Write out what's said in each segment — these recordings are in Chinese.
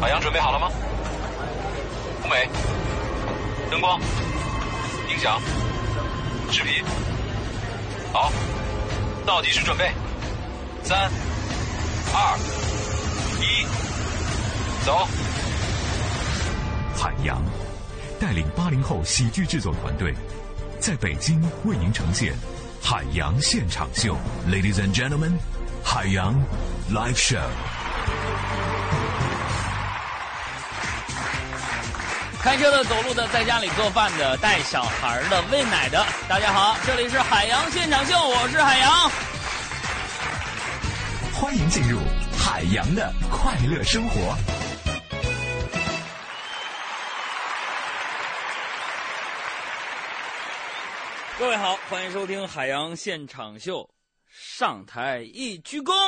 海洋准备好了吗？舞美、灯光、音响、视频，好，倒计时准备，3、2、1，走。 海洋带领80后喜剧制作团队，在北京为您呈现海洋现场秀。Ladies and gentlemen， 海洋 Live Show。 开车的、走路的、在家里做饭的、带小孩的、喂奶的，大家好，这里是海洋现场秀，我是海洋。 欢迎进入海洋的快乐生活。 各位好，欢迎收听海洋现场秀，上台一鞠躬。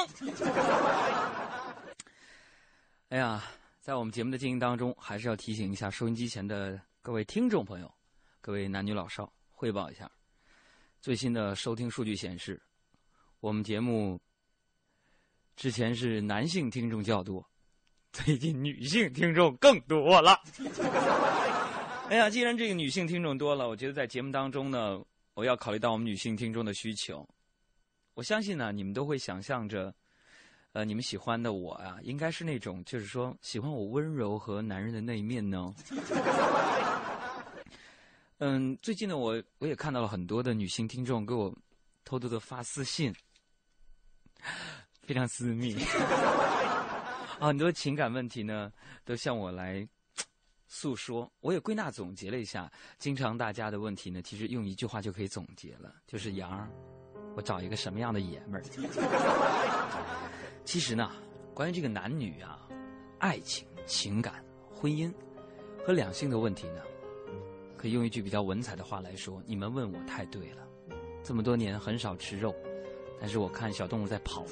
哎呀，在我们节目的进行当中，还是要提醒一下收音机前的各位听众朋友，各位男女老少，汇报一下最新的收听数据显示，我们节目之前是男性听众较多，最近女性听众更多了。哎呀，既然这个女性听众多了，我觉得在节目当中呢，我要考虑到我们女性听众的需求。我相信呢，你们都会想象着，你们喜欢的我啊，应该是那种就是说喜欢我温柔和男人的那一面呢。最近呢，我也看到了很多的女性听众给我偷偷的发私信，非常私密。很多情感问题呢，都向我来诉说。我也归纳总结了一下，经常大家的问题呢，其实用一句话就可以总结了，就是杨儿，我找一个什么样的爷们儿？其实呢，关于这个男女啊、爱情、情感、婚姻和两性的问题呢，可以用一句比较文采的话来说，你们问我太对了。这么多年很少吃肉，但是我看小动物在跑。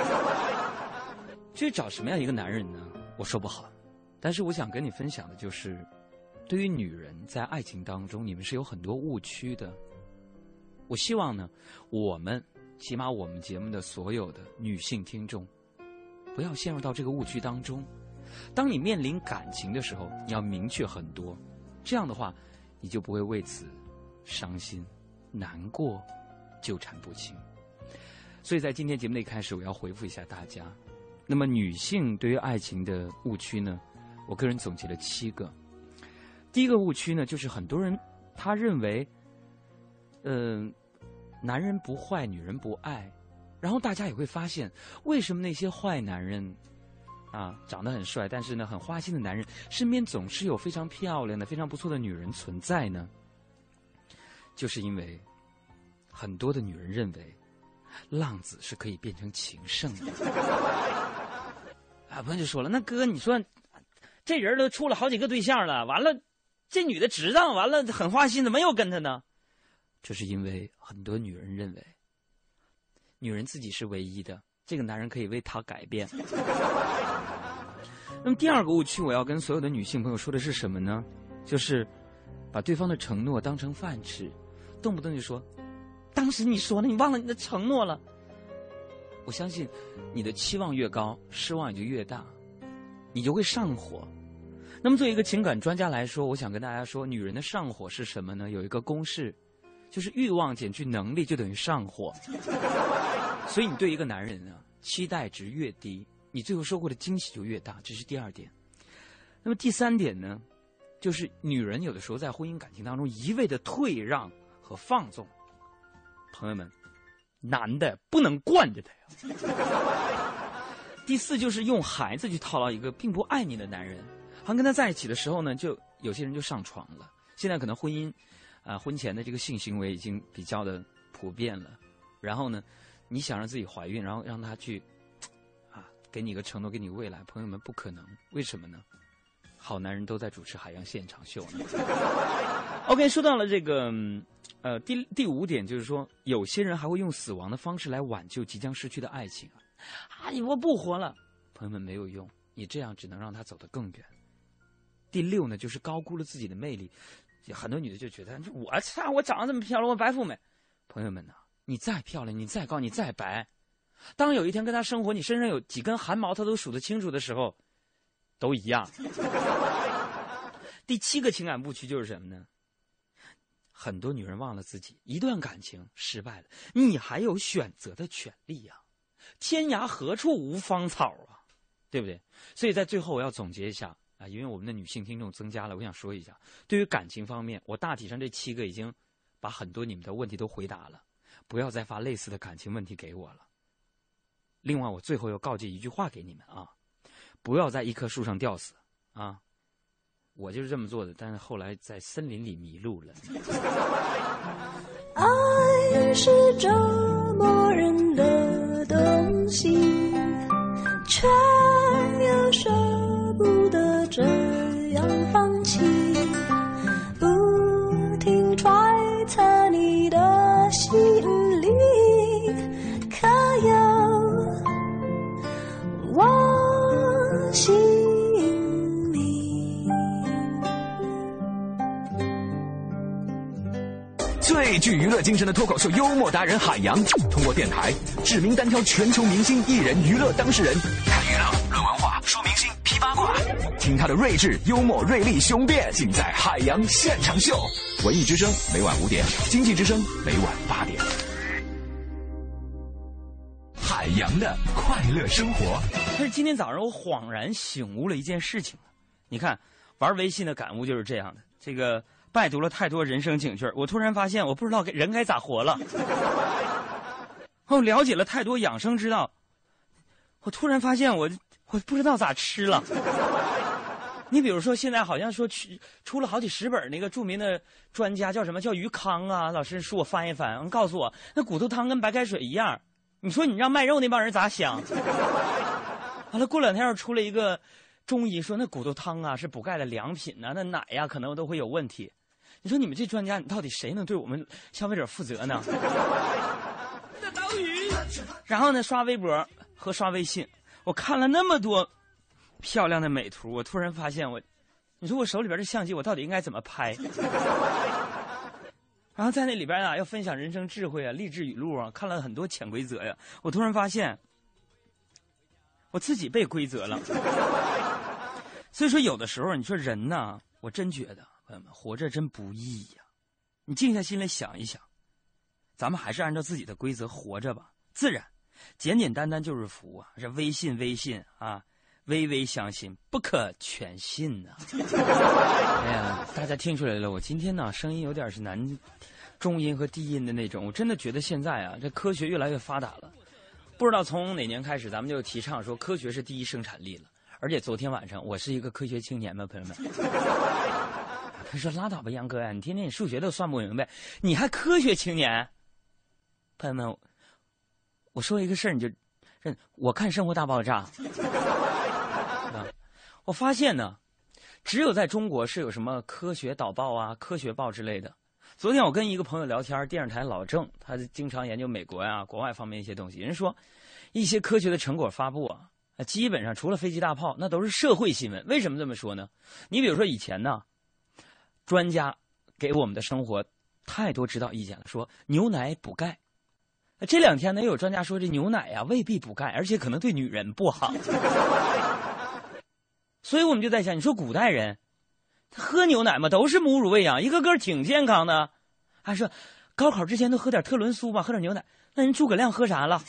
至于找什么样一个男人呢？我说不好。但是我想跟你分享的就是，对于女人在爱情当中，你们是有很多误区的。我希望呢，起码我们节目的所有的女性听众，不要陷入到这个误区当中。当你面临感情的时候，你要明确很多，这样的话，你就不会为此伤心、难过、纠缠不清。所以在今天节目的一开始，我要回复一下大家。那么女性对于爱情的误区呢，我个人总结了7个。第一个误区呢，就是很多人他认为，男人不坏，女人不爱。然后大家也会发现，为什么那些坏男人啊，长得很帅，但是呢很花心的男人，身边总是有非常漂亮的、非常不错的女人存在呢？就是因为很多的女人认为，浪子是可以变成情圣的。朋友就说了，那哥，你说这人都处了好几个对象了，完了这女的知道，完了很花心，怎么又跟他呢？这是因为很多女人认为，女人自己是唯一的，这个男人可以为她改变。那么第二个误区，我要跟所有的女性朋友说的是什么呢？就是把对方的承诺当成饭吃，动不动就说，当时你说了，你忘了你的承诺了。我相信你的期望越高，失望也就越大，你就会上火。那么作为一个情感专家来说，我想跟大家说，女人的上火是什么呢？有一个公式，就是欲望减去能力就等于上火。所以你对一个男人呢，期待值越低，你最后收获的惊喜就越大，这是第二点。那么第三点呢，就是女人有的时候在婚姻感情当中一味的退让和放纵。朋友们，男的不能惯着他呀。第四就是用孩子去套牢一个并不爱你的男人，好像跟他在一起的时候呢，就有些人就上床了。现在可能婚姻婚前的这个性行为已经比较的普遍了，然后呢，你想让自己怀孕，然后让他去给你一个承诺，给你未来，朋友们不可能。为什么呢？好男人都在主持海洋现场秀呢。OK， 说到了这个第五点，就是说有些人还会用死亡的方式来挽救即将失去的爱情我不活了，朋友们没有用，你这样只能让他走得更远。第六呢，就是高估了自己的魅力。很多女的就觉得，我长得这么漂亮，我白富美。朋友们呢，你再漂亮，你再高，你再白，当有一天跟他生活，你身上有几根汗毛他都数得清楚的时候， 都一样。第7个情感误区就是什么呢？很多女人忘了自己，一段感情失败了，你还有选择的权利呀、天涯何处无芳草啊，对不对？所以在最后我要总结一下啊，因为我们的女性听众增加了，我想说一下，对于感情方面，我大体上这7个已经把很多你们的问题都回答了，不要再发类似的感情问题给我了。另外，我最后要告诫一句话给你们啊，不要在一棵树上吊死啊！我就是这么做的，但是后来在森林里迷路了。 爱是折磨人的东西，却又舍不得这样放弃，不停揣测你的心里，可有我心里。 最具娱乐精神的脱口秀幽默达人海洋，通过电台指名单挑全球明星、艺人、娱乐当事人，谈娱乐、论文化、说明星、批八卦，听他的睿智、幽默、锐利、雄辩，尽在海洋现场秀。文艺之声每晚5点，经济之声每晚8点。海洋的快乐生活。 但是今天早上我恍然醒悟了一件事情，你看，玩微信的感悟就是这样的。这个拜读了太多人生警句，我突然发现我不知道人该咋活了。我了解了太多养生之道，我突然发现我不知道咋吃了。你比如说，现在好像说出了好几10本那个著名的专家叫什么叫于康啊老师书，我翻一翻，告诉我那骨头汤跟白开水一样。你说你让卖肉那帮人咋想？完了，过2天又出了一个中医说那骨头汤啊是补钙的良品啊，那奶呀可能都会有问题。你说你们这专家，你到底谁能对我们消费者负责呢？那岛屿。然后呢，刷微博和刷微信，我看了那么多漂亮的美图，我突然发现你说我手里边的相机，我到底应该怎么拍？然后在那里边啊，要分享人生智慧啊、励志语录啊，看了很多潜规则呀。我突然发现，我自己被规则了。所以说，有的时候你说人呢，我真觉得朋友们活着真不易呀。你静下心来想一想，咱们还是按照自己的规则活着吧，自然、简简单单就是福啊。这微信啊，微微相信，不可全信呐。哎呀，大家听出来了，我今天呢声音有点是难中音和低音的那种。我真的觉得现在啊，这科学越来越发达了。不知道从哪年开始，咱们就提倡说科学是第一生产力了。而且昨天晚上，我是一个科学青年嘛，朋友们。他说拉倒吧，杨哥呀，你天天你数学都算不明白，你还科学青年？朋友们，我说一个事儿，你就认。我看《生活大爆炸》。我发现呢，只有在中国是有什么科学导报啊、科学报之类的。昨天我跟一个朋友聊天，电视台老郑，他经常研究美国呀、国外方面一些东西。人说，一些科学的成果发布啊，基本上除了飞机大炮，那都是社会新闻。为什么这么说呢？你比如说以前呢，专家给我们的生活太多指导意见了，说牛奶补钙。这2天呢，又有专家说这牛奶呀未必补钙，而且可能对女人不好。所以我们就在想，你说古代人他喝牛奶嘛，都是母乳喂养，一个个挺健康的。还说高考之前都喝点特仑苏吧，喝点牛奶。那人诸葛亮喝啥了？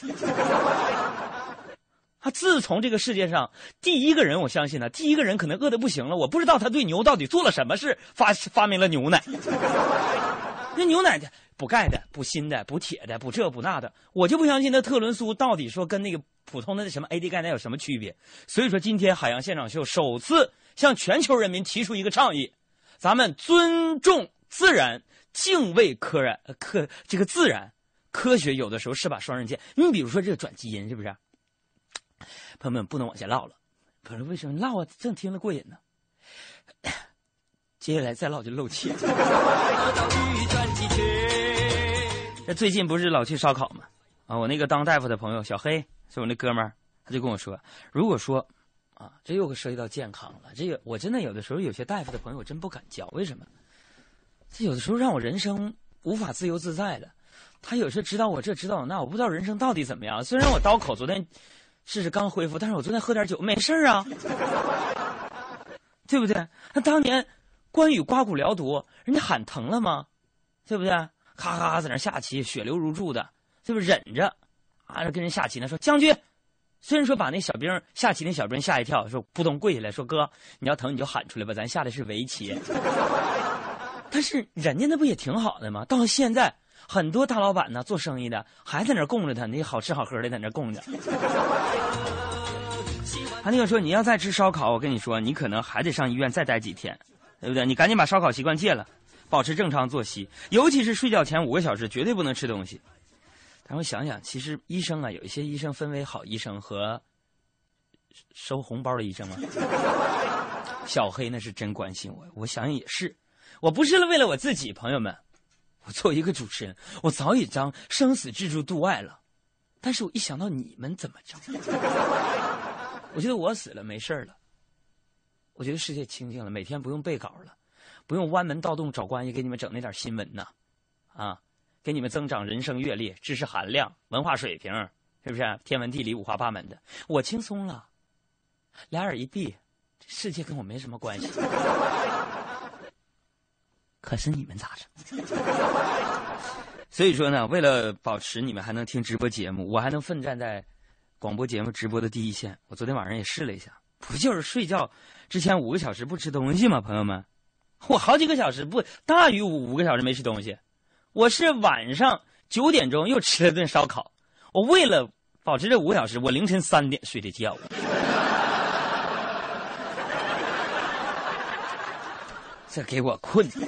他自从这个世界上第一个人，我相信呢，第一个人可能饿得不行了，我不知道他对牛到底做了什么事，发明了牛奶。那牛奶的补钙的、补锌的、补铁的、补这补那的，我就不相信那特仑苏到底说跟那个普通的什么 AD 钙奶有什么区别。所以说今天海洋现场秀首次向全球人民提出一个倡议，咱们尊重自然，敬畏这个自然。科学有的时候是把双刃剑，你比如说这个转基因，是不是？朋友们不能往下唠了，不是为什么唠啊？正听了过瘾呢。接下来再唠就漏气。这最近不是老去烧烤吗？啊，我那个当大夫的朋友小黑是我那哥们儿，他就跟我说，如果说啊，这又涉及到健康了，这个我真的有的时候有些大夫的朋友我真不敢交，为什么？这有的时候让我人生无法自由自在的。他有时指导我这指导我那，我不知道人生到底怎么样。虽然我刀口昨天是刚恢复，但是我昨天喝点酒没事啊。 对不对？那当年关羽刮骨疗毒，人家喊疼了吗？对不对？咔咔在那下棋，血流如注的，对不对？忍着啊，跟人下棋呢，说将军。虽然说把那小兵下棋那小兵吓一跳，说扑通跪下来，说哥，你要疼你就喊出来吧，咱下的是围棋。但是人家那不也挺好的吗？到现在很多大老板呢，做生意的还在那供着他，那好吃好喝的在那供着。还那个说你要再吃烧烤，我跟你说，你可能还得上医院再待几天，对不对？你赶紧把烧烤习惯戒了，保持正常作息，尤其是睡觉前5个小时绝对不能吃东西。然后想想，其实医生啊，有一些医生分为好医生和收红包的医生啊。小黑那是真关心我，我想想也是，我不是为了我自己，朋友们，我作为一个主持人，我早已将生死置诸度外了。但是我一想到你们怎么着，我觉得我死了没事了，我觉得世界清静了，每天不用背稿了，不用弯门盗洞找关系给你们整那点新闻呐，啊。给你们增长人生阅历、知识含量、文化水平，是不是？天文地理五花八门的，我轻松了，俩眼一闭，世界跟我没什么关系。可是你们咋整？所以说呢，为了保持你们还能听直播节目，我还能奋战在广播节目直播的第一线。我昨天晚上也试了一下，不就是睡觉之前5个小时不吃东西吗？朋友们，我好几个小时不大于5个小时没吃东西。我是晚上9点钟又吃了顿烧烤，我为了保持这5个小时，我凌晨3点睡的觉。这给我困的。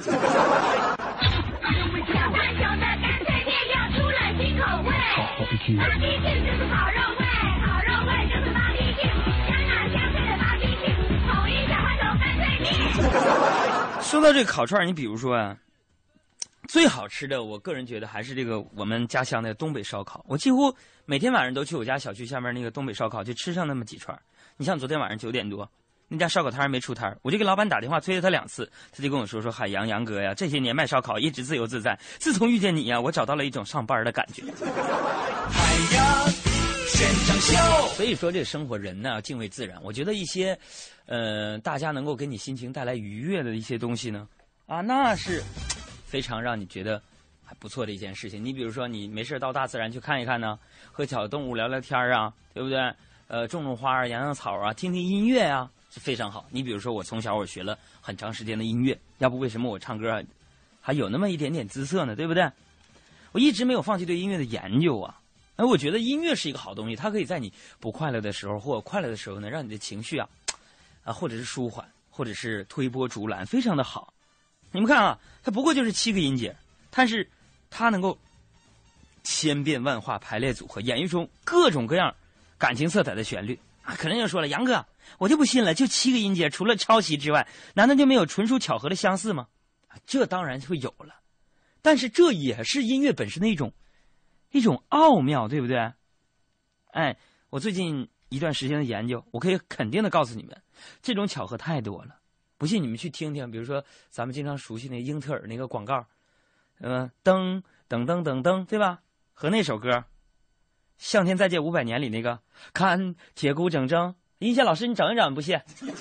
说到这个烤串，你比如说啊，最好吃的，我个人觉得还是这个我们家乡的东北烧烤。我几乎每天晚上都去我家小区下面那个东北烧烤，就吃上那么几串。你像昨天晚上9点多，那家烧烤摊没出摊，我就给老板打电话催了他2次，他就跟我说海洋杨哥呀，这些年卖烧烤一直自由自在，自从遇见你呀，我找到了一种上班的感觉。海洋现场秀。所以说这生活人呢要敬畏自然，我觉得一些大家能够给你心情带来愉悦的一些东西呢，啊，那是非常让你觉得还不错的一件事情。你比如说你没事到大自然去看一看呢，和小动物聊聊天啊，对不对？种种花啊，养养草啊，听听音乐啊，是非常好。你比如说我从小我学了很长时间的音乐，要不为什么我唱歌还有那么一点点姿色呢？对不对？我一直没有放弃对音乐的研究啊。我觉得音乐是一个好东西，它可以在你不快乐的时候或快乐的时候呢，让你的情绪或者是舒缓，或者是推波助澜，非常的好。你们看啊，它不过就是7个音节，但是它能够千变万化排列组合，演绎出各种各样感情色彩的旋律啊！可能就说了，杨哥，我就不信了，就7个音节，除了抄袭之外，难道就没有纯属巧合的相似吗？这当然会有了，但是这也是音乐本身的一种奥妙，对不对？哎，我最近一段时间的研究，我可以肯定的告诉你们，这种巧合太多了。不信你们去听听，比如说咱们经常熟悉那个英特尔那个广告，噔噔噔噔噔，对吧？和那首歌《向天再借500年》里那个看铁骨铮铮，音线老师你整一整不谢。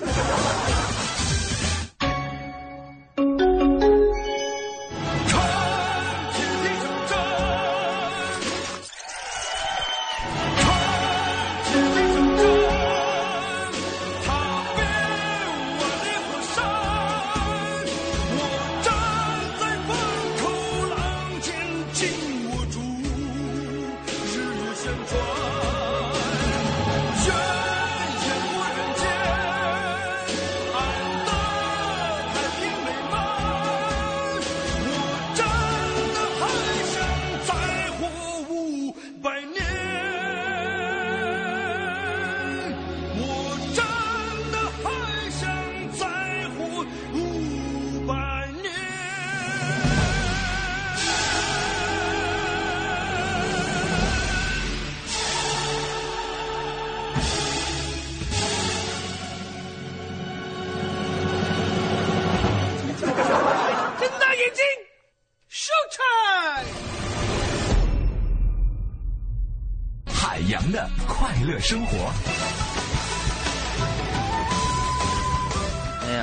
的快乐生活。 哎呀，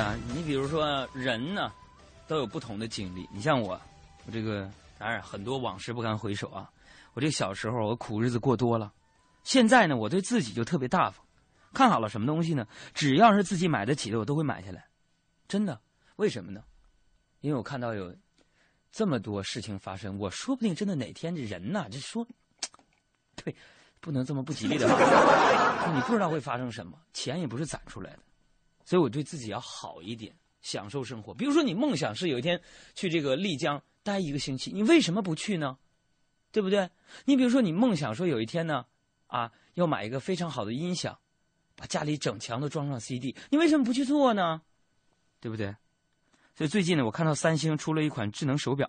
比如说人呢，都有不同的经历。你像我这个当然很多往事不堪回首啊。我这小时候我苦日子过多了，现在呢我对自己就特别大方，看好了什么东西呢，只要是自己买得起的我都会买下来，真的。为什么呢？因为我看到有这么多事情发生，我说不定真的哪天这人呐，这说对，不能这么不吉利的话，你不知道会发生什么，钱也不是攒出来的，所以我对自己要好一点，享受生活。比如说你梦想是有一天去这个丽江待1个星期，你为什么不去呢？对不对？你比如说你梦想说有一天呢，要买一个非常好的音响，把家里整墙都装上 CD， 你为什么不去做呢？对不对？所以最近呢，我看到三星出了一款智能手表，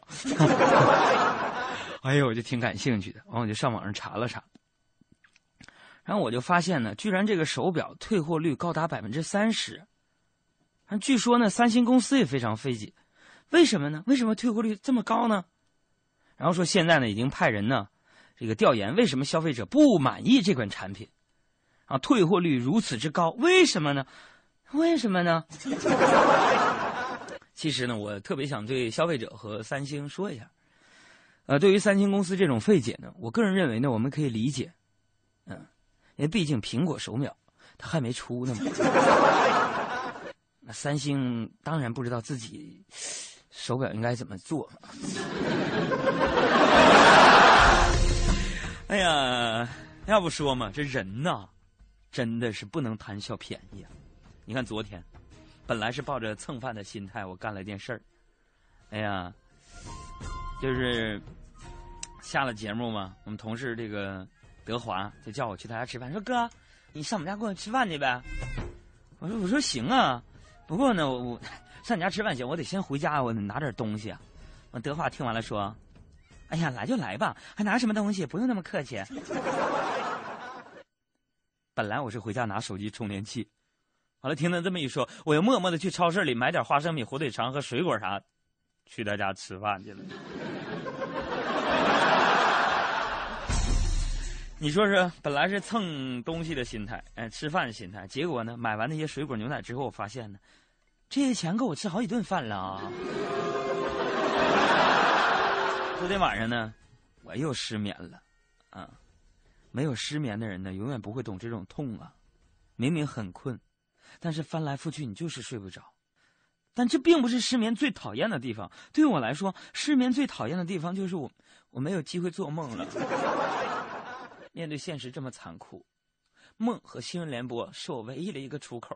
哎呦，我就挺感兴趣的，然后我就上网上查了查，然后我就发现呢，居然这个手表退货率高达30%，据说呢，三星公司也非常费解，为什么呢？为什么退货率这么高呢？然后说现在呢，已经派人呢，这个调研为什么消费者不满意这款产品，退货率如此之高，为什么呢？为什么呢？其实呢，我特别想对消费者和三星说一下，对于三星公司这种费解呢，我个人认为呢，我们可以理解，因为毕竟苹果手表它还没出呢嘛。那三星当然不知道自己手表应该怎么做。哎呀，要不说嘛，这人呐，真的是不能贪小便宜啊！你看昨天，本来是抱着蹭饭的心态，我干了一件事儿。哎呀，就是下了节目嘛，我们同事这个德华就叫我去他家吃饭，说哥，你上我们家跟我吃饭去呗。我说行啊，不过呢，我上你家吃饭行，我得先回家，我得拿点东西啊。德华听完了说，哎呀，来就来吧，还拿什么东西？不用那么客气。本来我是回家拿手机充电器，好了，听他这么一说，我又默默的去超市里买点花生米、火腿肠和水果啥，去他家吃饭去了。你说是本来是蹭东西的心态，吃饭的心态，结果呢，买完那些水果牛奶之后，我发现呢，这些钱够我吃好几顿饭了啊！昨天晚上呢，我又失眠了，没有失眠的人呢，永远不会懂这种痛啊！明明很困，但是翻来覆去你就是睡不着。但这并不是失眠最讨厌的地方，对于我来说，失眠最讨厌的地方就是我没有机会做梦了。面对现实这么残酷，梦和新闻联播是我唯一的一个出口。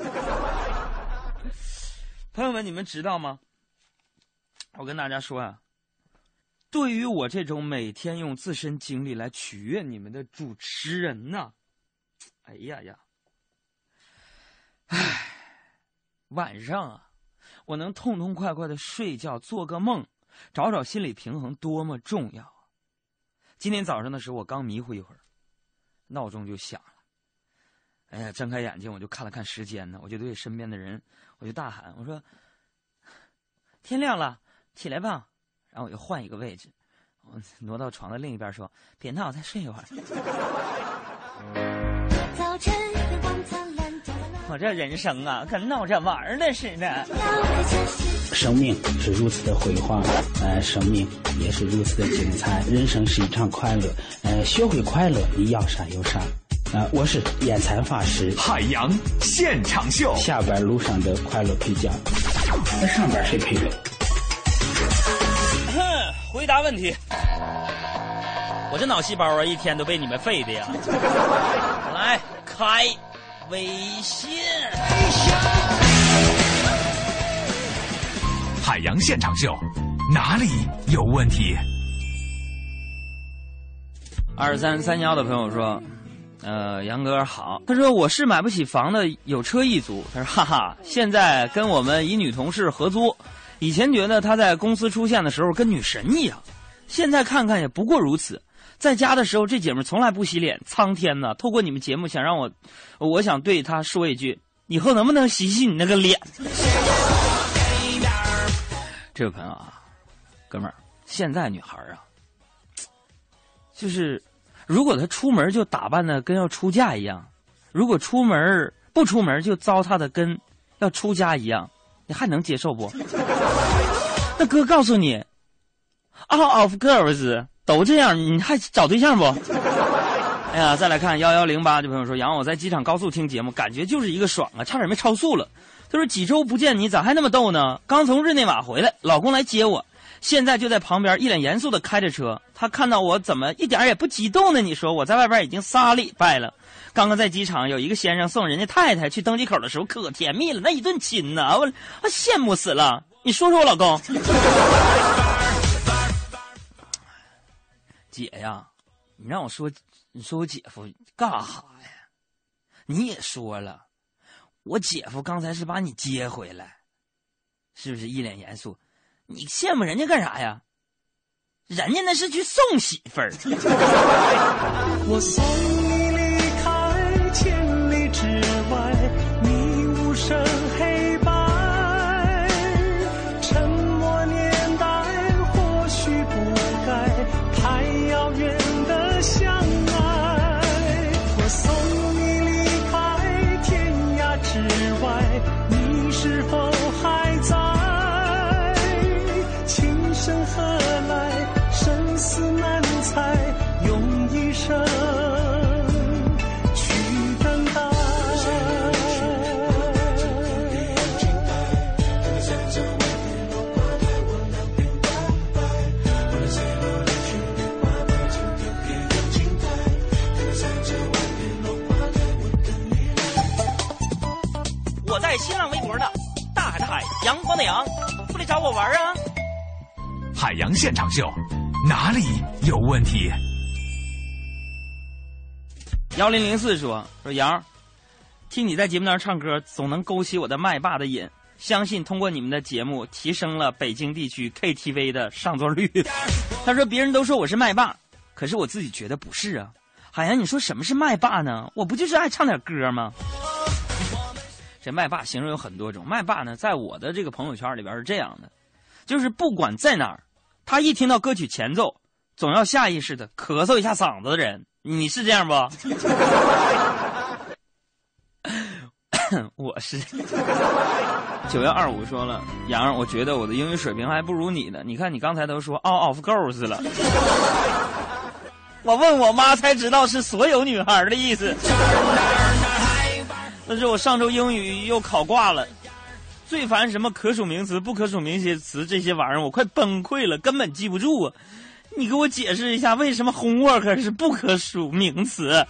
朋友们，你们知道吗？我跟大家说啊，对于我这种每天用自身经历来取悦你们的主持人呐，哎呀呀，晚上啊，我能痛痛快快的睡觉，做个梦，找找心理平衡多么重要啊！今天早上的时候，我刚迷糊一会儿，闹钟就响了。哎呀，睁开眼睛我就看了看时间呢，我就对身边的人，我就大喊，我说：“天亮了，起来吧。”然后我就换一个位置，我挪到床的另一边说：“别闹，再睡一会儿。”我这人生啊，跟闹着玩的似的。 生命是如此的辉煌，生命也是如此的精彩。人生是一场快乐，学会快乐，你要啥有啥。我是演禅法师， 海洋现场秀， 下班路上的快乐配角，那上班谁陪着？ 回答问题。我这脑细胞啊，一天都被你们废的呀。来，开微信。 海洋现场秀，哪里有问题 ？2331的朋友说，杨哥好，他说我是买不起房的有车一族，他说哈哈，现在跟我们一女同事合租，以前觉得她在公司出现的时候跟女神一样，现在看看也不过如此。在家的时候，这姐们从来不洗脸，苍天呐！透过你们节目，想让我想对她说一句，以后能不能洗洗你那个脸？这位朋友啊，哥们儿，现在女孩啊，就是如果她出门就打扮的跟要出嫁一样，如果不出门就糟蹋的跟要出家一样， 你还能接受不？那哥告诉你 ，all of girls 都这样，你还找对象不？哎呀，再来看1108这朋友说，杨，我在机场高速听节目，感觉就是一个爽啊，差点没超速了。他说几周不见你，咋还那么逗呢？刚从日内瓦回来，老公来接我，现在就在旁边一脸严肃的开着车。他看到我怎么一点也不激动呢？你说我在外边已经3礼拜了，刚刚在机场有一个先生送人家太太去登机口的时候可甜蜜了，那一顿亲呢，我羡慕死了。你说说我老公。姐呀，你让我说，你说我姐夫干哈呀？你也说了，我姐夫刚才是把你接回来，是不是一脸严肃？你羡慕人家干啥呀？人家那是去送媳妇儿。 我送你离开千里之外，你无声黑白，沉默年代或许不该太遥远的相爱。我送你离开天涯之外，你是否还在？情深何来，生死难猜，用一生去等待。 我在新浪微博的大海的海，阳光的阳，不来找我玩啊！ 海洋现场秀，哪里有问题 ？1004说杨，听你在节目当中唱歌，总能勾起我的麦霸的瘾。相信通过你们的节目，提升了北京地区 KTV 的上座率。他说别人都说我是麦霸，可是我自己觉得不是啊。海洋，你说什么是麦霸呢？我不就是爱唱点歌吗？这麦霸形容有很多种，麦霸呢，在我的这个朋友圈里边是这样的，就是不管在哪儿，他一听到歌曲前奏，总要下意识的咳嗽一下嗓子的人。你是这样不？我是。9125说了，杨，我觉得我的英语水平还不如你呢。你看你刚才都说 all of girls 了，我问我妈才知道是所有女孩的意思。但是我上周英语又考挂了，最烦什么可数名词、不可数名词这些玩意儿，我快崩溃了，根本记不住啊！你给我解释一下，为什么 homework 是不可数名词？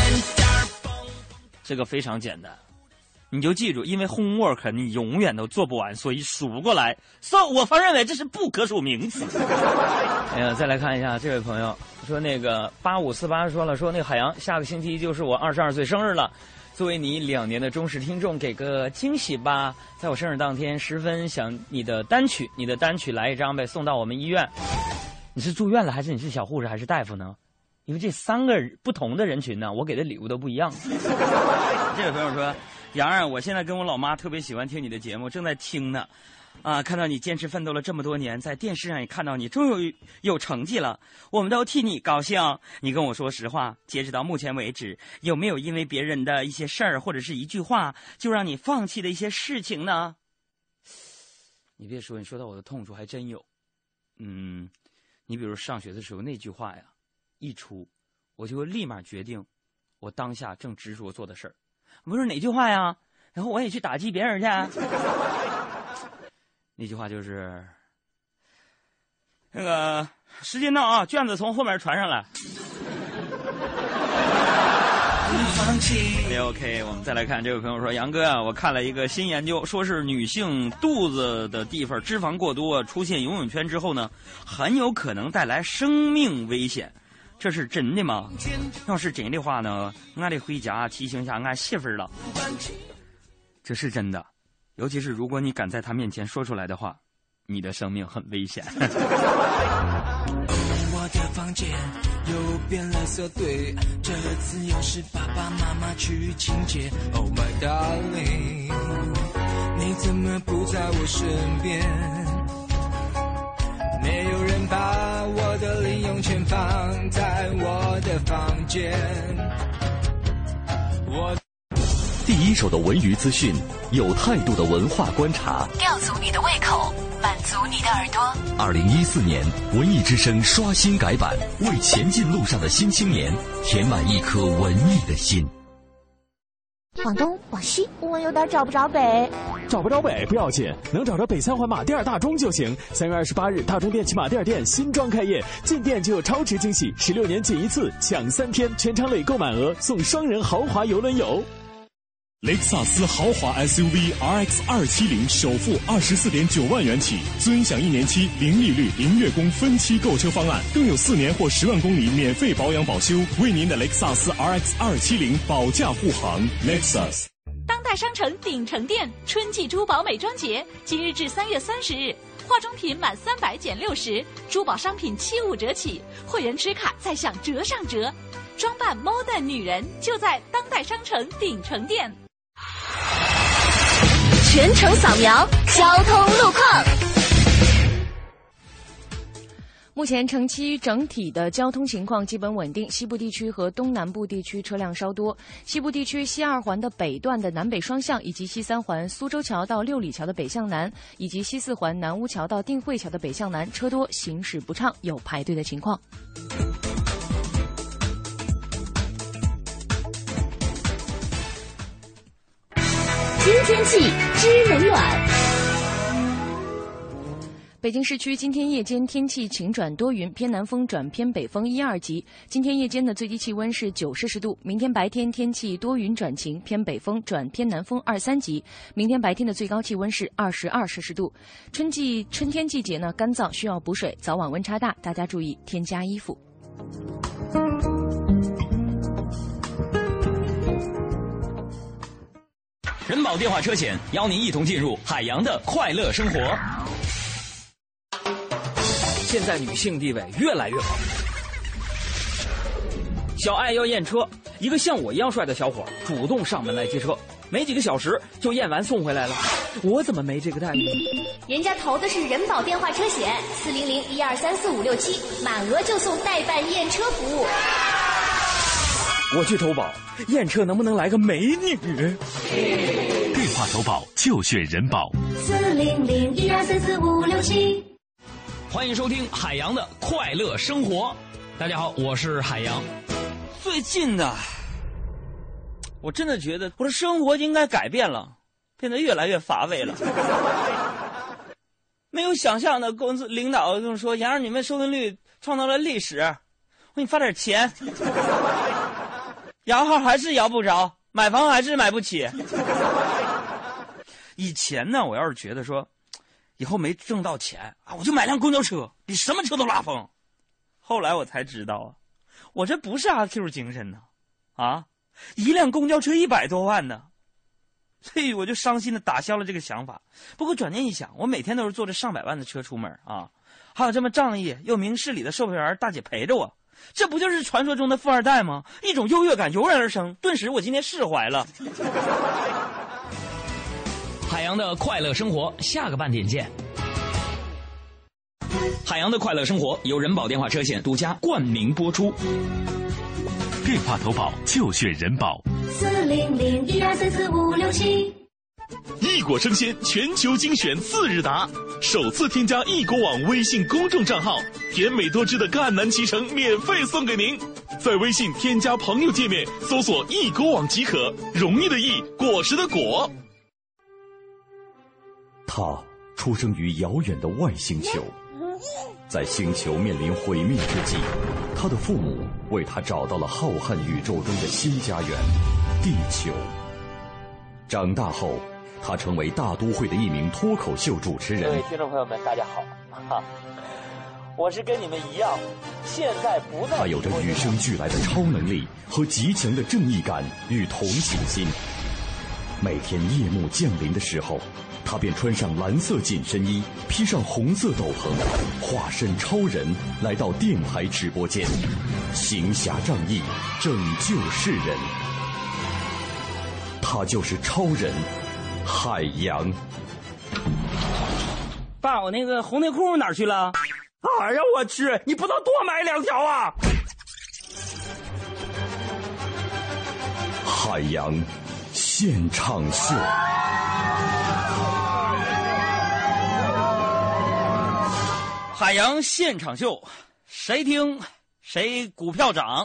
这个非常简单，你就记住，因为 homework 你永远都做不完，所以数过来。我方认为这是不可数名词。哎呀，再来看一下这位朋友说，那个8548说了，说那个海洋，下个星期就是我22岁生日了。作为你2年的忠实听众，给个惊喜吧！在我生日当天，十分想你的单曲来一张呗，送到我们医院。你是住院了，还是你是小护士，还是大夫呢？因为这3个不同的人群呢，我给的礼物都不一样。这位朋友说，杨儿，我现在跟我老妈特别喜欢听你的节目，正在听呢。看到你坚持奋斗了这么多年，在电视上也看到你终于有成绩了，我们都替你高兴。你跟我说实话，截止到目前为止，有没有因为别人的一些事儿或者是一句话就让你放弃的一些事情呢？你别说，你说到我的痛处还真有。你比如上学的时候那句话呀，一出我就会立马决定我当下正执着做的事儿。不是哪句话呀？然后我也去打击别人去。那句话就是那个时间到啊，卷子从后面传上来。OK， 我们再来看这位朋友说，杨哥啊，我看了一个新研究，说是女性肚子的地方脂肪过多，出现游泳圈之后呢，很有可能带来生命危险。这是真的吗？要是真的话呢，俺得回家提醒一下俺媳妇儿了。这是真的。尤其是如果你敢在他面前说出来的话，你的生命很危险。 我的房间又变了色对，这次又是爸爸妈妈去清洁。Oh my darling， 你怎么不在我身边？没有人把我的零用钱放在我的房间。 第一场手的文娱资讯，有态度的文化观察， 吊足你的胃口，满足你的耳朵。 2014年文艺之声刷新改版，为前进路上的新青年填满一颗文艺的心。 往东往西，我有点找不着北。 找不着北不要紧，能找着北三环马甸大钟就行。3月28日，大钟电器马甸店新装开业，进店就有超值惊喜，16年仅一次，抢3天，全场累购满额送双人豪华邮轮游。 雷克萨斯豪华 SUV RX 270首付24.9万元起，尊享1年期零利率、零月供分期购车方案，更有4年或10万公里免费保养保修，为您的雷克萨斯 RX 270保驾护航。Lexus。 当代商城鼎城店春季珠宝美妆节，即日至3月30日，化妆品满300减60，珠宝商品75折起，会员持卡再享折上折。装扮 modern 女人就在当代商城鼎城店。 全程扫描交通路况。 目前城区整体的交通情况基本稳定，西部地区和东南部地区车辆稍多。西部地区西2环的北段的南北双向，以及西3环苏州桥到六里桥的北向南，以及西4环南坞桥到定慧桥的北向南车多，行驶不畅，有排队的情况。 今天气知冷暖。 北京市区今天夜间天气晴转多云，偏南风转偏北风1、2级。今天夜间的最低气温是9摄氏度。明天白天天气多云转晴，偏北风转偏南风2、3级。明天白天的最高气温是22摄氏度。春天季节呢，干燥需要补水，早晚温差大，大家注意添加衣服。 人保电话车险邀您一同进入海洋的快乐生活。 现在女性地位越来越好。小爱要验车，一个像我一样帅的小伙主动上门来接车，没几个小时就验完送回来了。我怎么没这个待遇？ 人家投的是人保电话车险，400-1234567，满额就送代办验车服务。 我去投保，验车能不能来个美女？ 电话投保就选人保。 400-1234567。 欢迎收听海洋的快乐生活。大家好，我是海洋。 最近的，我真的觉得我的生活应该改变了，变得越来越乏味了。没有想象的公司领导跟我说，杨儿你们收听率创造了历史，我给你发点钱。摇号还是摇不着，买房还是买不起。以前呢，我要是觉得说以后没挣到钱啊，我就买辆公交车，比什么车都拉风。后来我才知道啊，我这不是阿 Q 精神呢，啊，一辆公交车100多万呢，所以我就伤心的打消了这个想法。不过转念一想，我每天都是坐着上百万的车出门啊，还有这么仗义又明事理的售票员大姐陪着我，这不就是传说中的富二代吗？一种优越感油然而生，顿时我今天释怀了。 海洋的快乐生活，下个半点见。海洋的快乐生活由人保电话车险独家冠名播出。 电话投保就选人保。 400-1234567。 异果生鲜全球精选4日达，首次添加异果网微信公众账号，甜美多汁的赣南脐橙免费送给您。在微信添加朋友界面搜索异果网即可，容易的易，果实的果。 他出生于遥远的外星球，在星球面临毁灭之际，他的父母为他找到了浩瀚宇宙中的新家园——地球。长大后，他成为大都会的一名脱口秀主持人。 各位听众朋友们，大家好，我是跟你们一样，现在不在。 他有着与生俱来的超能力和极强的正义感与同情心。每天夜幕降临的时候，他便穿上蓝色紧身衣，披上红色斗篷，化身超人来到电台直播间，行侠仗义，拯救世人。他就是超人海洋。 爸，我那个红内裤哪儿去了？哎呀，我去！你不能多买2条啊！ 海洋， 现场秀。 海洋现场秀，谁听谁股票涨。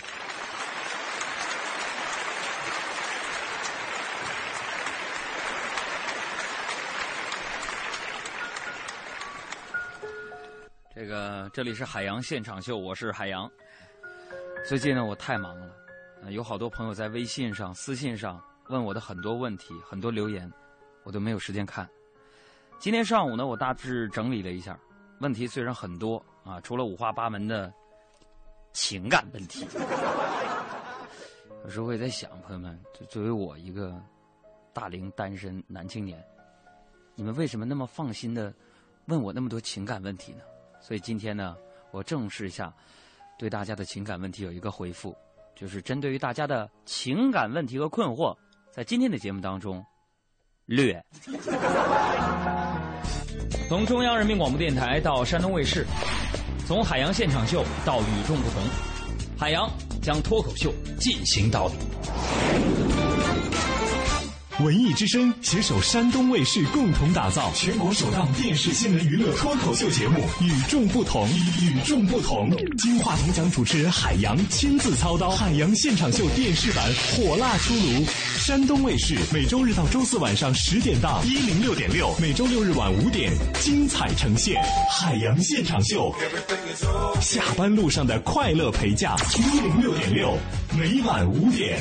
这里是海洋现场秀，我是海洋。最近呢，我太忙了，有好多朋友在微信上、私信上问我的很多问题，很多留言，我都没有时间看。今天上午呢，我大致整理了一下，问题虽然很多啊，除了五花八门的情感问题，有时候我也在想，朋友们，作为我一个大龄单身男青年，你们为什么那么放心的问我那么多情感问题呢？所以今天呢，我正视一下对大家的情感问题有一个回复，就是针对于大家的情感问题和困惑，在今天的节目当中略。 从中央人民广播电台到山东卫视，从海洋现场秀到与众不同，海洋将脱口秀进行到底。 文艺之声携手山东卫视共同打造全国首档电视新闻娱乐脱口秀节目《与众不同》。与众不同，金话筒奖主持人海洋亲自操刀，海洋现场秀电视版火辣出炉。山东卫视每周日到周四晚上10点到106.6，每周六日晚5点精彩呈现。海洋现场秀，下班路上的快乐陪驾。106.6，每晚5点。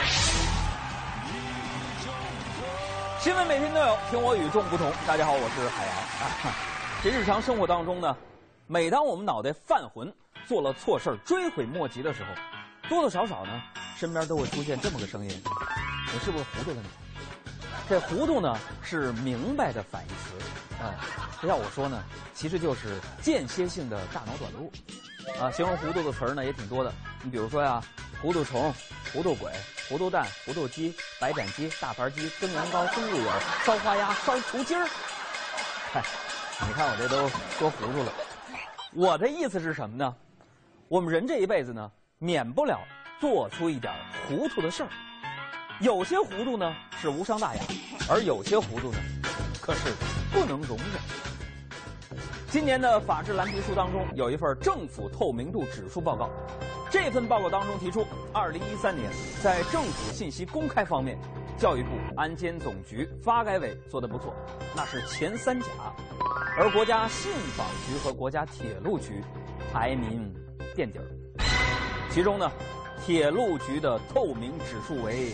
新闻每天都有，听我与众不同。大家好，我是海洋啊。这日常生活当中呢，每当我们脑袋犯浑，做了错事追悔莫及的时候，多多少少呢，身边都会出现这么个声音：你是不是糊涂了你？这糊涂呢是明白的反义词啊。要我说呢，其实就是间歇性的大脑短路啊。形容糊涂的词儿呢也挺多的，你比如说呀，糊涂虫、糊涂鬼、糊涂蛋、糊涂鸡、白斩鸡、大盘鸡、蒸羊羔、蒸鹿眼、烧花鸭、烧雏鸡儿。嗨，你看我这都说糊涂了。我的意思是什么呢？我们人这一辈子呢，免不了做出一点糊涂的事儿。有些糊涂呢是无伤大雅，而有些糊涂呢，可是不能容忍。今年的法治蓝皮书当中有一份政府透明度指数报告。这份报告当中提出，2013年在政府信息公开方面，教育部、安监总局、发改委做得不错，那是前3甲，而国家信访局和国家铁路局排名垫底儿。其中呢，铁路局的透明指数为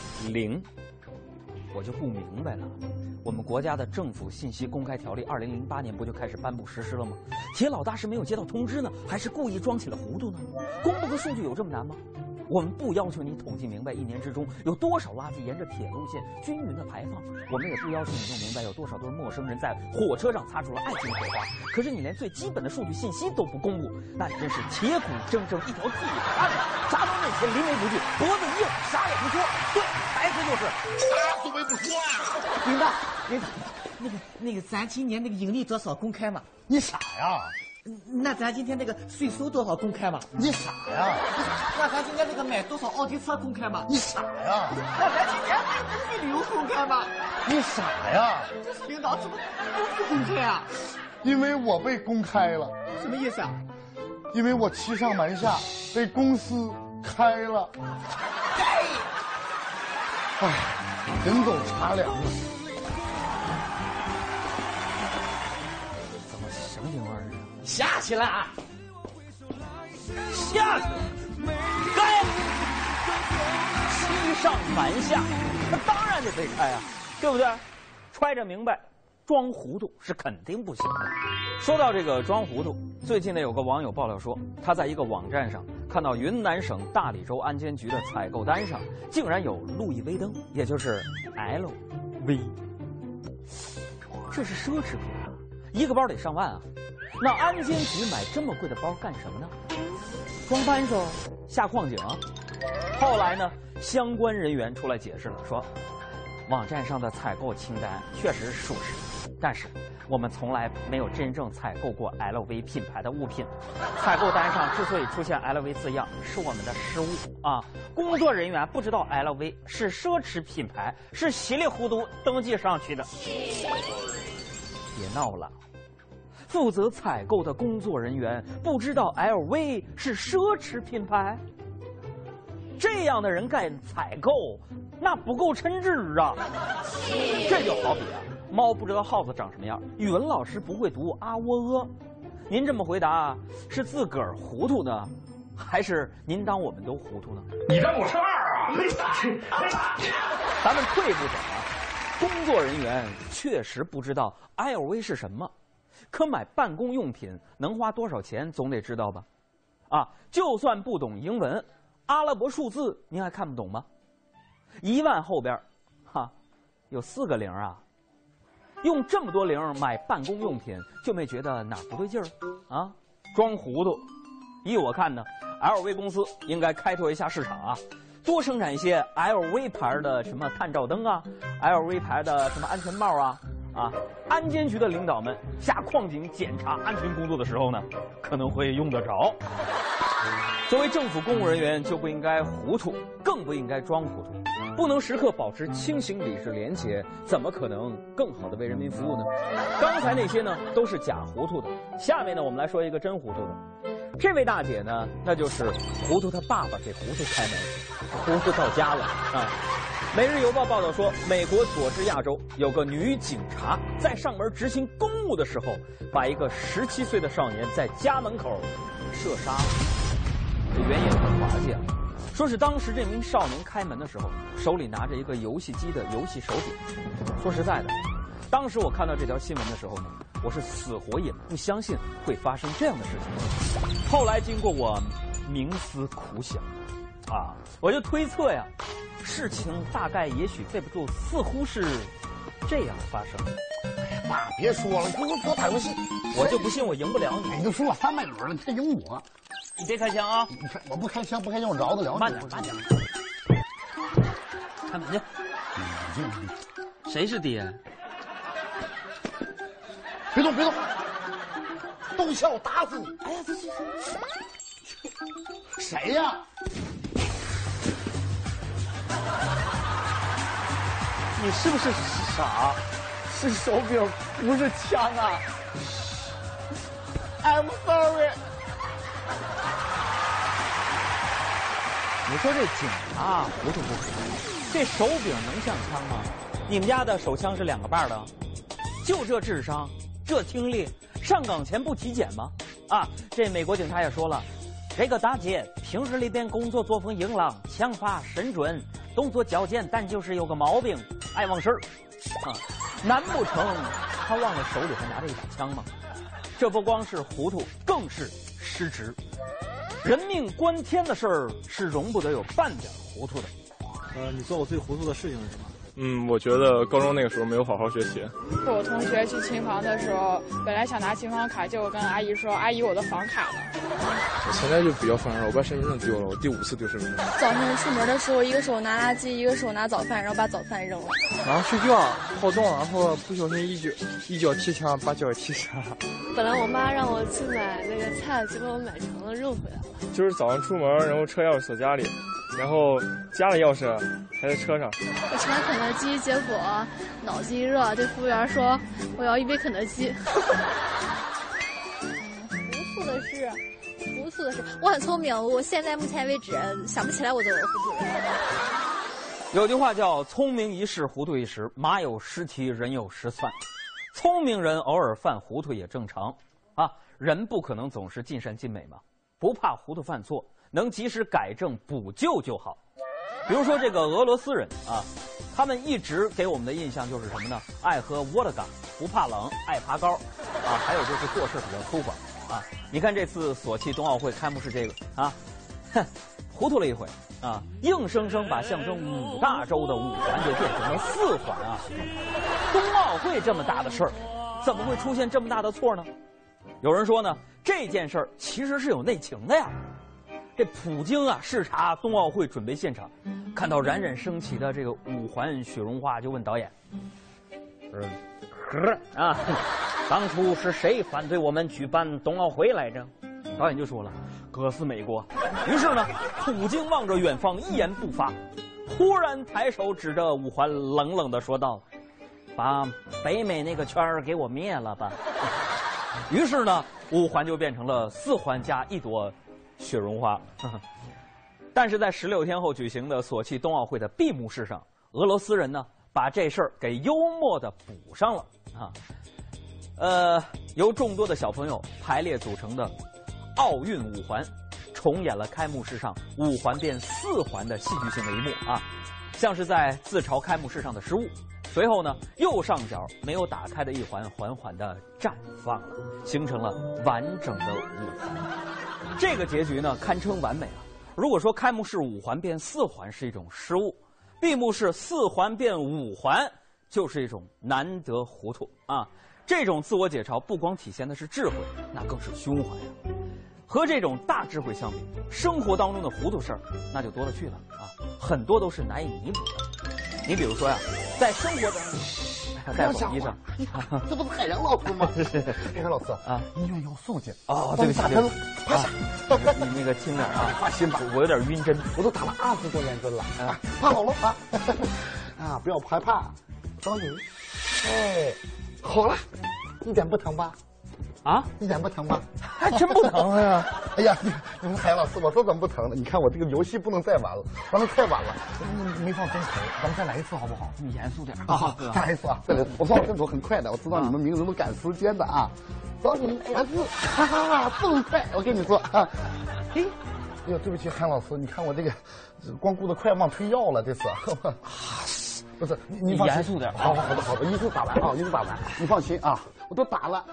0，我就不明白了。我们国家的政府信息公开条例2008年不就开始颁布实施了吗？铁老大是没有接到通知呢，还是故意装起了糊涂呢？公布个数据有这么难吗？我们不要求你统计明白1年之中有多少垃圾沿着铁路线均匀的排放，我们也不要求你弄明白有多少对陌生人在火车上擦出了爱情火花。可是你连最基本的数据信息都不公布，那你真是铁骨铮铮一条自己的案子，啥都面前临危不惧，脖子硬，啥也不说。对，台词就是啥都没不说呀。 领导，那个咱今年那个盈利多少公开吗？ 你傻呀？ 那咱今天那个税收多少公开吗？ 你傻呀？ 那咱今天那个买多少奥迪车公开吗？ 你傻呀？ 那咱今年那个预留公开吗？ 你傻呀？ 这是领导怎么都不公开啊？ 因为我被公开了。 什么意思啊？ 因为我欺上瞒下，被公司开了。哎，人走茶凉了。 什么情况是？ 下去了啊！ 下去！该欺上瞒下，那当然就得开啊，对不对？揣着明白，装糊涂是肯定不行的。说到这个装糊涂，最近呢有个网友爆料说，他在一个网站上看到云南省大理州安监局的采购单上竟然有路易威登，也就是 LV， 这是奢侈品啊，一个包得上万啊。那安监局买这么贵的包干什么呢？装扳手、下矿井。后来呢，相关人员出来解释了，说网站上的采购清单确实属实，但是我们从来没有真正采购过 LV 品牌的物品。采购单上之所以出现 LV 字样，是我们的失误啊！工作人员不知道 LV 是奢侈品牌，是稀里糊涂登记上去的。别闹了，负责采购的工作人员不知道 LV 是奢侈品牌，这样的人干采购，那不够称职啊！这就好比啊，猫不知道耗子长什么样，语文老师不会读啊喔呃。您这么回答，是自个儿糊涂呢，还是您当我们都糊涂呢？ 你当我是二啊？ 咱们退一步讲啊，工作人员确实不知道 LV 是什么，可买办公用品能花多少钱，总得知道吧？啊，就算不懂英文，阿拉伯数字您还看不懂吗？1万后边，有4个零啊！用这么多零买办公用品，就没觉得哪儿不对劲儿啊？装糊涂！依我看呢 ，LV 公司应该开拓一下市场啊，多生产一些 LV 牌的什么探照灯啊 ，LV 牌的什么安全帽啊。安监局的领导们下矿井检查安全工作的时候呢，可能会用得着。作为政府公务人员，就不应该糊涂，更不应该装糊涂，不能时刻保持清醒、理智、廉洁，怎么可能更好的为人民服务呢？刚才那些呢，都是假糊涂的。下面呢，我们来说一个真糊涂的。这位大姐呢，那就是糊涂他爸爸给糊涂开门，糊涂到家了啊！《每日邮报》报道说，美国佐治亚州有个女警察在上门执行公务的时候，把一个17岁的少年在家门口射杀了。这原因很滑稽啊，说是当时这名少年开门的时候，手里拿着一个游戏机的游戏手柄。说实在的，当时我看到这条新闻的时候呢，我是死活也不相信会发生这样的事情。后来经过我冥思苦想，我就推测呀，事情大概也许背不住，似乎是这样发生的。 哎呀，爸，别说了，你给我打游戏， 我就不信我赢不了你。 你都输了300轮了，你还赢我？ 你别开枪啊！ 我不开枪，不开枪我饶得了你。 慢点。开门去。谁是爹？ 别动，动笑我打死你！哎呀，谁呀？ 你是不是傻？是手柄，不是枪啊 ！I'm sorry。 你说这警察糊涂不糊涂？这手柄能像枪吗？你们家的手枪是2个把的，就这智商，这听力，上岗前不体检吗？这美国警察也说了，这个大姐平日里边工作作风硬朗，枪法神准，动作矫健，但就是有个毛病，爱忘事儿。难不成他忘了手里还拿着一把枪吗？这不光是糊涂，更是失职。人命关天的事儿是容不得有半点糊涂的。 你做过最糊涂的事情是什么？ 我觉得高中那个时候没有好好学习。 和我同学去琴房的时候，本来想拿琴房卡，结果跟阿姨说：“阿姨，我的房卡了。” 我现在就比较犯事，我把身份证丢了，我第5次丢身份证。 早上出门的时候，一个手拿垃圾，一个手拿早饭，然后把早饭扔了。 然后睡觉好重，然后不小心一脚踢墙，把脚踢折了。 本来我妈让我去买那个菜，结果我买成了肉回来了。 就是早上出门，然后车钥匙锁家里，然后家里钥匙还在车上。 我吃完肯德基，结果脑筋一热，对服务员说我要1杯肯德基。糊涂的是，我很聪明，我现在目前为止想不起来我的糊涂人。 有句话叫聪明一世，糊涂一时，马有失蹄，人有失窜。聪明人偶尔犯糊涂也正常人不可能总是尽善尽美嘛，不怕糊涂犯错，能及时改正补救就好。比如说这个俄罗斯人他们一直给我们的印象就是什么呢？爱喝沃德嘎，不怕冷，爱爬高还有就是做事比较粗犷你看这次索契冬奥会开幕式这个糊涂了一回硬生生把象征5大洲的5环就变成了4环冬奥会这么大的事儿，怎么会出现这么大的错呢？有人说呢，这件事儿其实是有内情的呀。 这普京啊视察冬奥会准备现场，看到冉冉升起的这个5环雪绒花，就问导演：“当初是谁反对我们举办冬奥会来着？”导演就说了：“哥是美国。”于是呢，普京望着远方一言不发，忽然抬手指着5环，冷冷地说道：“把北美那个圈儿给我灭了吧。”于是呢，5环就变成了4环加1朵雪绒花。但是在16天后举行的索契冬奥会的闭幕式上，俄罗斯人呢把这事儿给幽默地补上了啊。由众多的小朋友排列组成的奥运5环，重演了开幕式上5环变4环的戏剧性的一幕啊，像是在自嘲开幕式上的失误。随后呢，右上角没有打开的1环缓缓地绽放了，形成了完整的5环。这个结局呢，堪称完美啊！如果说开幕式5环变4环是一种失误，闭幕式4环变5环就是一种难得糊涂啊！这种自我解嘲不光体现的是智慧，那更是胸怀呀。和这种大智慧相比，生活当中的糊涂事儿那就多了去了啊，很多都是难以弥补的。你比如说呀，在生活当中，在手机上， 这不是海洋老师吗？海洋老师啊，医院要送去哦，对不起，对不起，你那个轻点啊， 放心吧， 我有点晕针， 我都打了20多年针了啊，怕好了啊，啊，不要害怕，张宇，哎，好了，一点不疼吧？ 啊， 一点不疼吧？ 还真不疼呀！ 哎呀，你们海洋老师，我说怎么不疼呢？你看我这个游戏不能再玩了，玩的太晚了，没放真疼，咱们再来一次好不好？ 你严肃点啊！再来一次啊！再来一次，我放动作很快的，我知道你们名人都赶时间的啊。找你们严肃，哈哈，这么快，我跟你说啊。哎呦，对不起，韩老师，你看我这个光顾得快忘推药了，这是。不是，你严肃点。 好的，一次打完啊，一次打完，你放心啊，我都打了。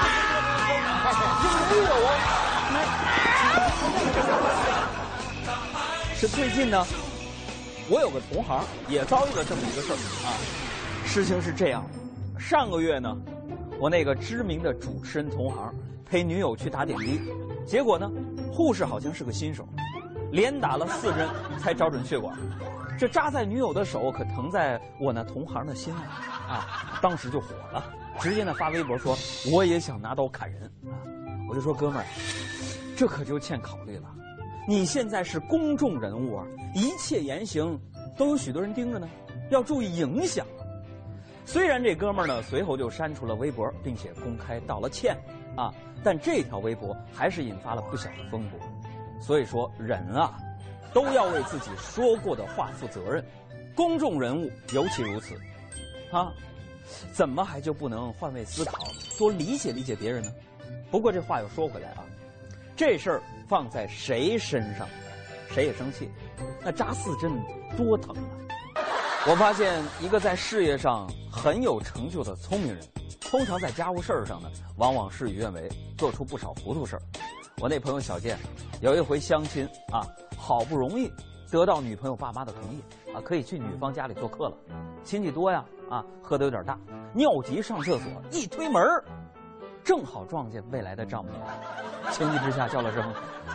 是最近呢，我有个同行也遭遇了这么一个事儿啊。事情是这样，上个月呢，我那个知名的主持人同行陪女友去打点滴，结果呢，护士好像是个新手，连打了4针才找准血管，这扎在女友的手可疼在我那同行的心啊，当时就火了。直接呢发微博说我也想拿刀砍人啊！我就说哥们儿，这可就欠考虑了。你现在是公众人物啊，一切言行都有许多人盯着呢，要注意影响。虽然这哥们儿呢随后就删除了微博，并且公开道了歉啊，但这条微博还是引发了不小的风波。所以说人啊，都要为自己说过的话负责任，公众人物尤其如此啊。怎么还就不能换位思考，多理解理解别人呢？不过这话又说回来啊，这事儿放在谁身上，谁也生气。那扎4针多疼啊！我发现一个在事业上很有成就的聪明人，通常在家务事儿上呢，往往事与愿违，做出不少糊涂事儿。我那朋友小健，有一回相亲啊，好不容易得到女朋友爸妈的同意啊，可以去女方家里做客了。亲戚多呀，啊，喝得有点大，尿急上厕所，一推门，正好撞见未来的丈母娘，情急之下叫了声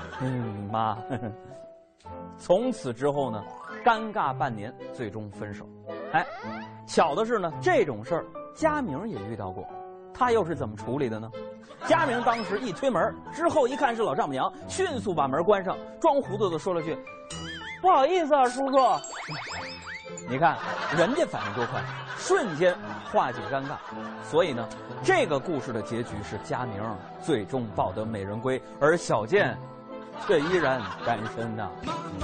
“妈”。从此之后呢，尴尬半年，最终分手。哎，巧的是呢，这种事儿佳明也遇到过，他又是怎么处理的呢？佳明当时一推门，之后一看是老丈母娘，迅速把门关上，装糊涂的说了句：“不好意思啊，叔叔。”你看人家反应多快，瞬间化解尴尬。所以呢，这个故事的结局是佳明最终抱得美人归，而小健却依然单身呐。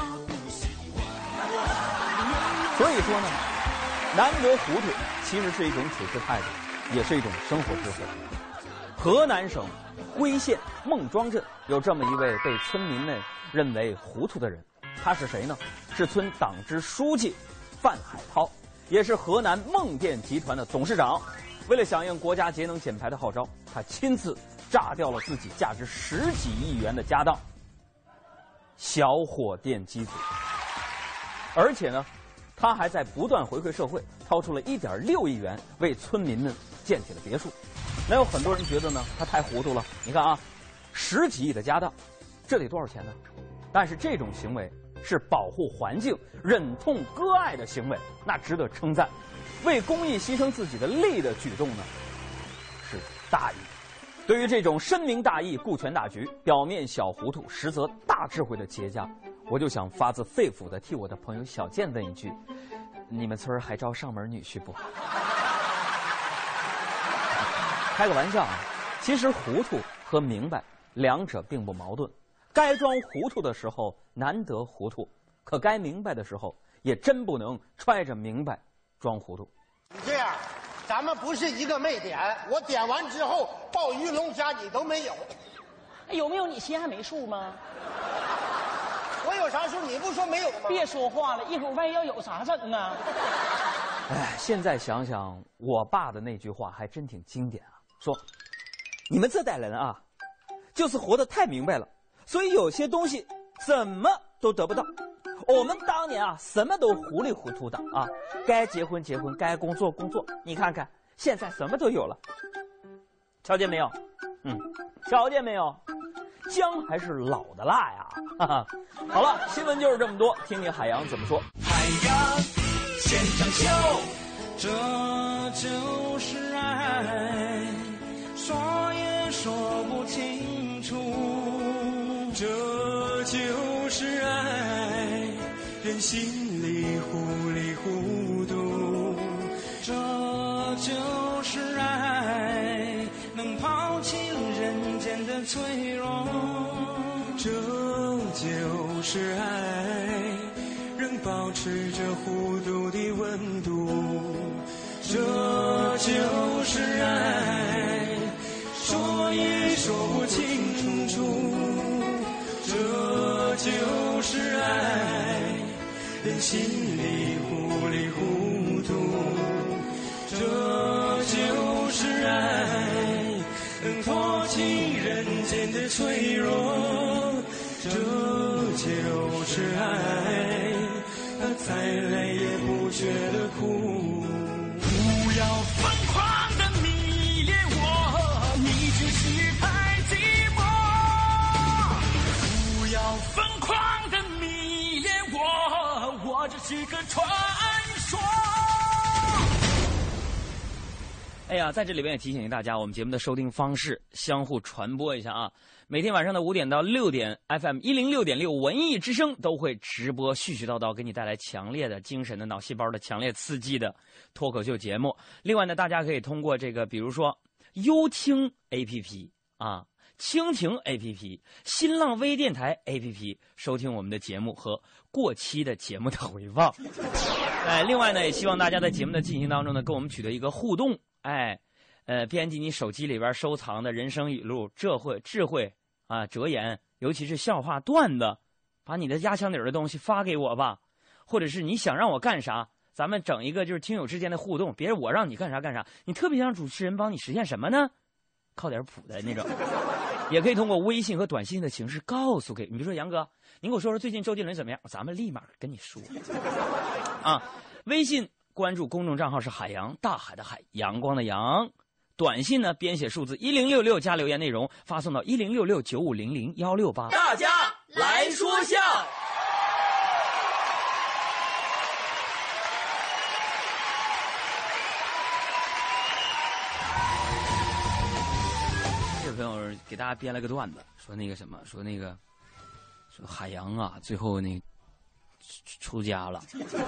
所以说呢，难得糊涂其实是一种处事态度，也是一种生活智慧。河南省辉县孟庄镇有这么一位被村民们认为糊涂的人，他是谁呢？是村党支书记范海涛，也是河南孟店集团的董事长。为了响应国家节能减排的号召，他亲自炸掉了自己价值10几亿元的家当——小火电机组。而且呢，他还在不断回馈社会，掏出了1.6亿元为村民们建起了别墅。那有很多人觉得呢，他太糊涂了。你看啊，10几亿的家当，这得多少钱呢但是这种行为是保护环境、忍痛割爱的行为，那值得称赞。为公益牺牲自己的利的举动呢，是大义。对于这种深明大义、顾全大局、表面小糊涂、实则大智慧的企业家，我就想发自肺腑地替我的朋友小健问一句：你们村还招上门女婿不？开个玩笑啊，其实糊涂和明白两者并不矛盾。该装糊涂的时候难得糊涂，可该明白的时候也真不能揣着明白装糊涂。 你这样，咱们不是一个没点，我点完之后鲍鱼龙虾你都没有， 有没有你心还没数吗？ 我有啥数你不说没有吗？ 别说话了，一会儿万一要有啥整啊？ 哎，现在想想，我爸的那句话还真挺经典啊，说：“你们这代人啊，就是活得太明白了，所以有些东西怎么都得不到。我们当年啊，什么都糊里糊涂的啊，该结婚结婚，该工作工作。你看看，现在什么都有了，瞧见没有？瞧见没有？姜还是老的辣呀！哈哈。好了，新闻就是这么多，听听海洋怎么说。 海洋现场秀，这就是爱，说也说不清楚，这就是爱，人心里糊里糊涂，这就是爱，能抛弃人间的脆弱，这就是爱，仍保持着糊涂的温度，这就是爱，说也说不清楚，这就是爱，人心里糊里糊涂，这就是爱，能托起人间的脆弱，这就是爱，再累也不觉得苦。不要疯狂的迷恋我，你只是太寂寞。不要疯狂的迷恋我，我只是个传说。 哎呀，在这里边也提醒大家，我们节目的收听方式相互传播一下啊。每天晚上的5点到6点 ，FM 106.6文艺之声都会直播絮絮叨叨，给你带来强烈的精神的脑细胞的强烈刺激的脱口秀节目。另外呢，大家可以通过这个，比如说优听 APP 啊、蜻蜓 APP、新浪微电台 APP 收听我们的节目和过期的节目的回放。另外呢，也希望大家在节目的进行当中呢，跟我们取得一个互动。编辑你手机里边收藏的人生语录、智慧啊、哲言，尤其是笑话段子，把你的压箱底的东西发给我吧。或者是你想让我干啥，咱们整一个就是听友之间的互动，别人我让你干啥干啥，你特别想主持人帮你实现什么呢？靠点谱的那种。也可以通过微信和短信的形式告诉给你，比如说杨哥，您给我说说最近周杰伦怎么样，咱们立马跟你说。啊，微信关注公众账号是海洋，大海的海，阳光的阳。短信呢，编写数字1066加留言内容，发送到106695000168。 大家来说笑。 这朋友给大家编了个段子，说海洋啊，最后出家了。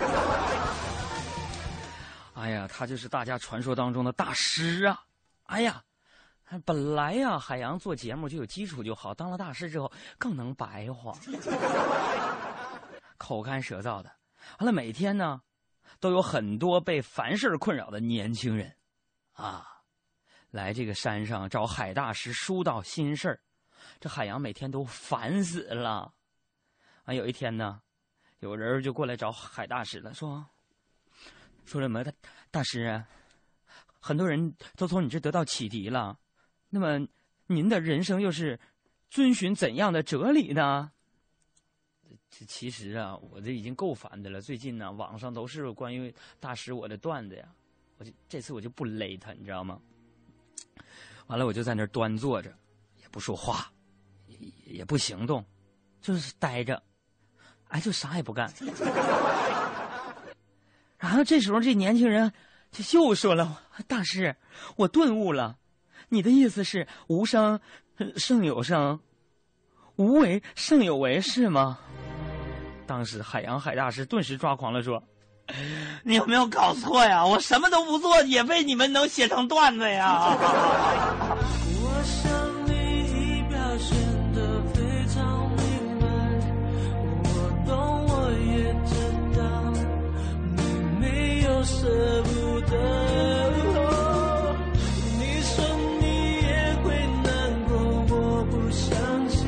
哎呀，他就是大家传说当中的大师啊！哎呀，本来呀，海洋做节目就有基础就好，当了大师之后更能白话，口干舌燥的。完了，每天呢，都有很多被烦事困扰的年轻人，啊，来这个山上找海大师疏导心事儿。这海洋每天都烦死了。啊，有一天呢，有人就过来找海大师了，说什么大师啊，很多人都从你这得到启迪了，那么您的人生又是遵循怎样的哲理呢？其实啊，我这已经够烦的了。最近呢，网上都是关于大师我的段子呀，这次我就不勒他，你知道吗？完了，我就在那儿端坐着，也不说话，也不行动， 就是待着，哎，就啥也不干。然后这时候这年轻人就又说了：“大师，我顿悟了，你的意思是无声胜有声，无为胜有为，是吗？”当时海大师顿时抓狂了，说：“你有没有搞错呀？我什么都不做，也被你们能写成段子呀！” 我想你已表现得非常明白，我懂，我也知道，你没有舍不得。你说你也会难过，我不相信。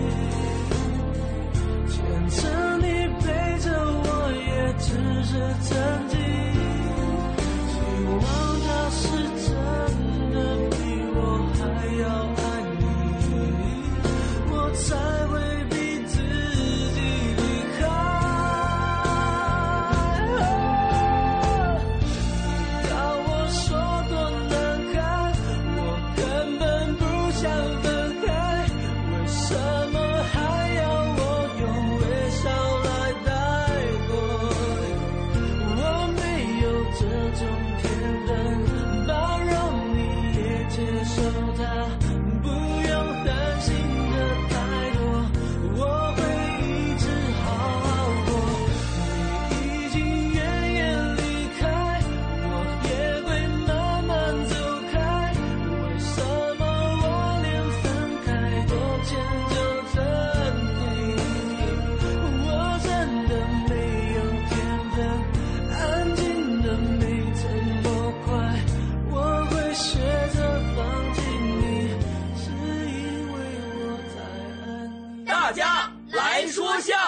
牵着你陪着我，也只是曾经。希望它是真的比我还要爱你，我才会逼自己离开。要我说多难堪，我根本不想分开，为什么还要我用微笑来带过？我没有这种天分，包容你也接受它，不用担心的太多，我会一直好好过。你已经远远离开，我也会慢慢走开，为什么我连分开都迁就着你？我真的没有天分，安静的没这么快，我会学着放弃你，是因为我在爱你。 大家来说笑。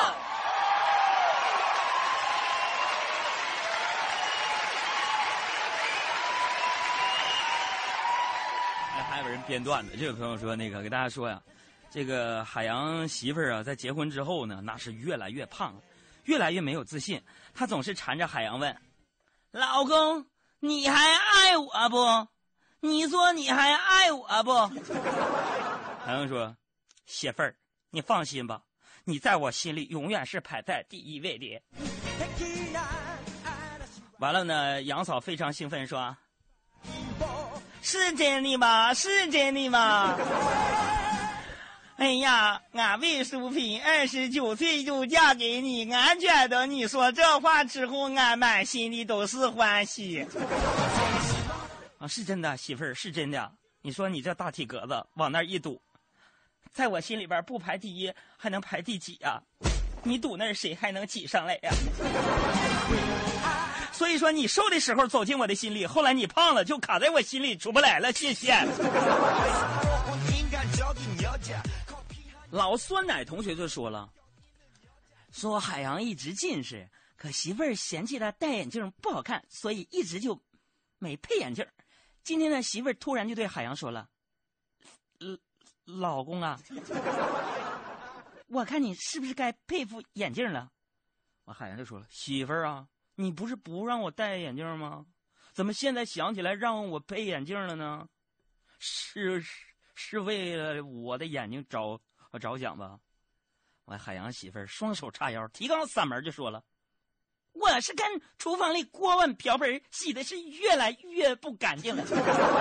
还有人编段子，这位朋友说，那个给大家说呀，这个海洋媳妇儿啊，在结婚之后呢，那是越来越胖，越来越没有自信。她总是缠着海洋问：“老公，你还爱我不？你说你还爱我不？”海洋说：“媳妇儿，你放心吧，你在我心里永远是排在第一位的。”完了呢，杨嫂非常兴奋说：“是真的吗？是真的吗？哎呀，俺魏淑萍29岁就嫁给你，俺觉得你说这话之后，俺满心里都是欢喜。”啊，是真的，媳妇儿，是真的。你说你这大体格子往那儿一堵，在我心里边不排第一，还能排第几呀？你堵那儿谁还能挤上来呀？所以说你瘦的时候走进我的心里，后来你胖了就卡在我心里出不来了，谢谢。老酸奶同学就说了，说海洋一直近视，可媳妇儿嫌弃他戴眼镜不好看，所以一直就没配眼镜。今天呢，媳妇儿突然就对海洋说了：“老公啊，我看你是不是该配副眼镜了？”我海洋就说了：“媳妇儿啊，你不是不让我戴眼镜吗？怎么现在想起来让我配眼镜了呢？是为了我的眼睛着想吧？”我海洋媳妇儿双手叉腰，提杠嗓门就说了：“我是看厨房里锅碗瓢盆洗的是越来越不干净了。”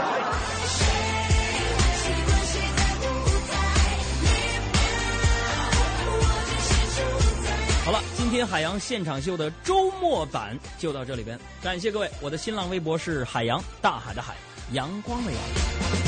好了，今天海洋现场秀的周末版就到这里边，感谢各位。我的新浪微博是海洋，大海的海，阳光的阳。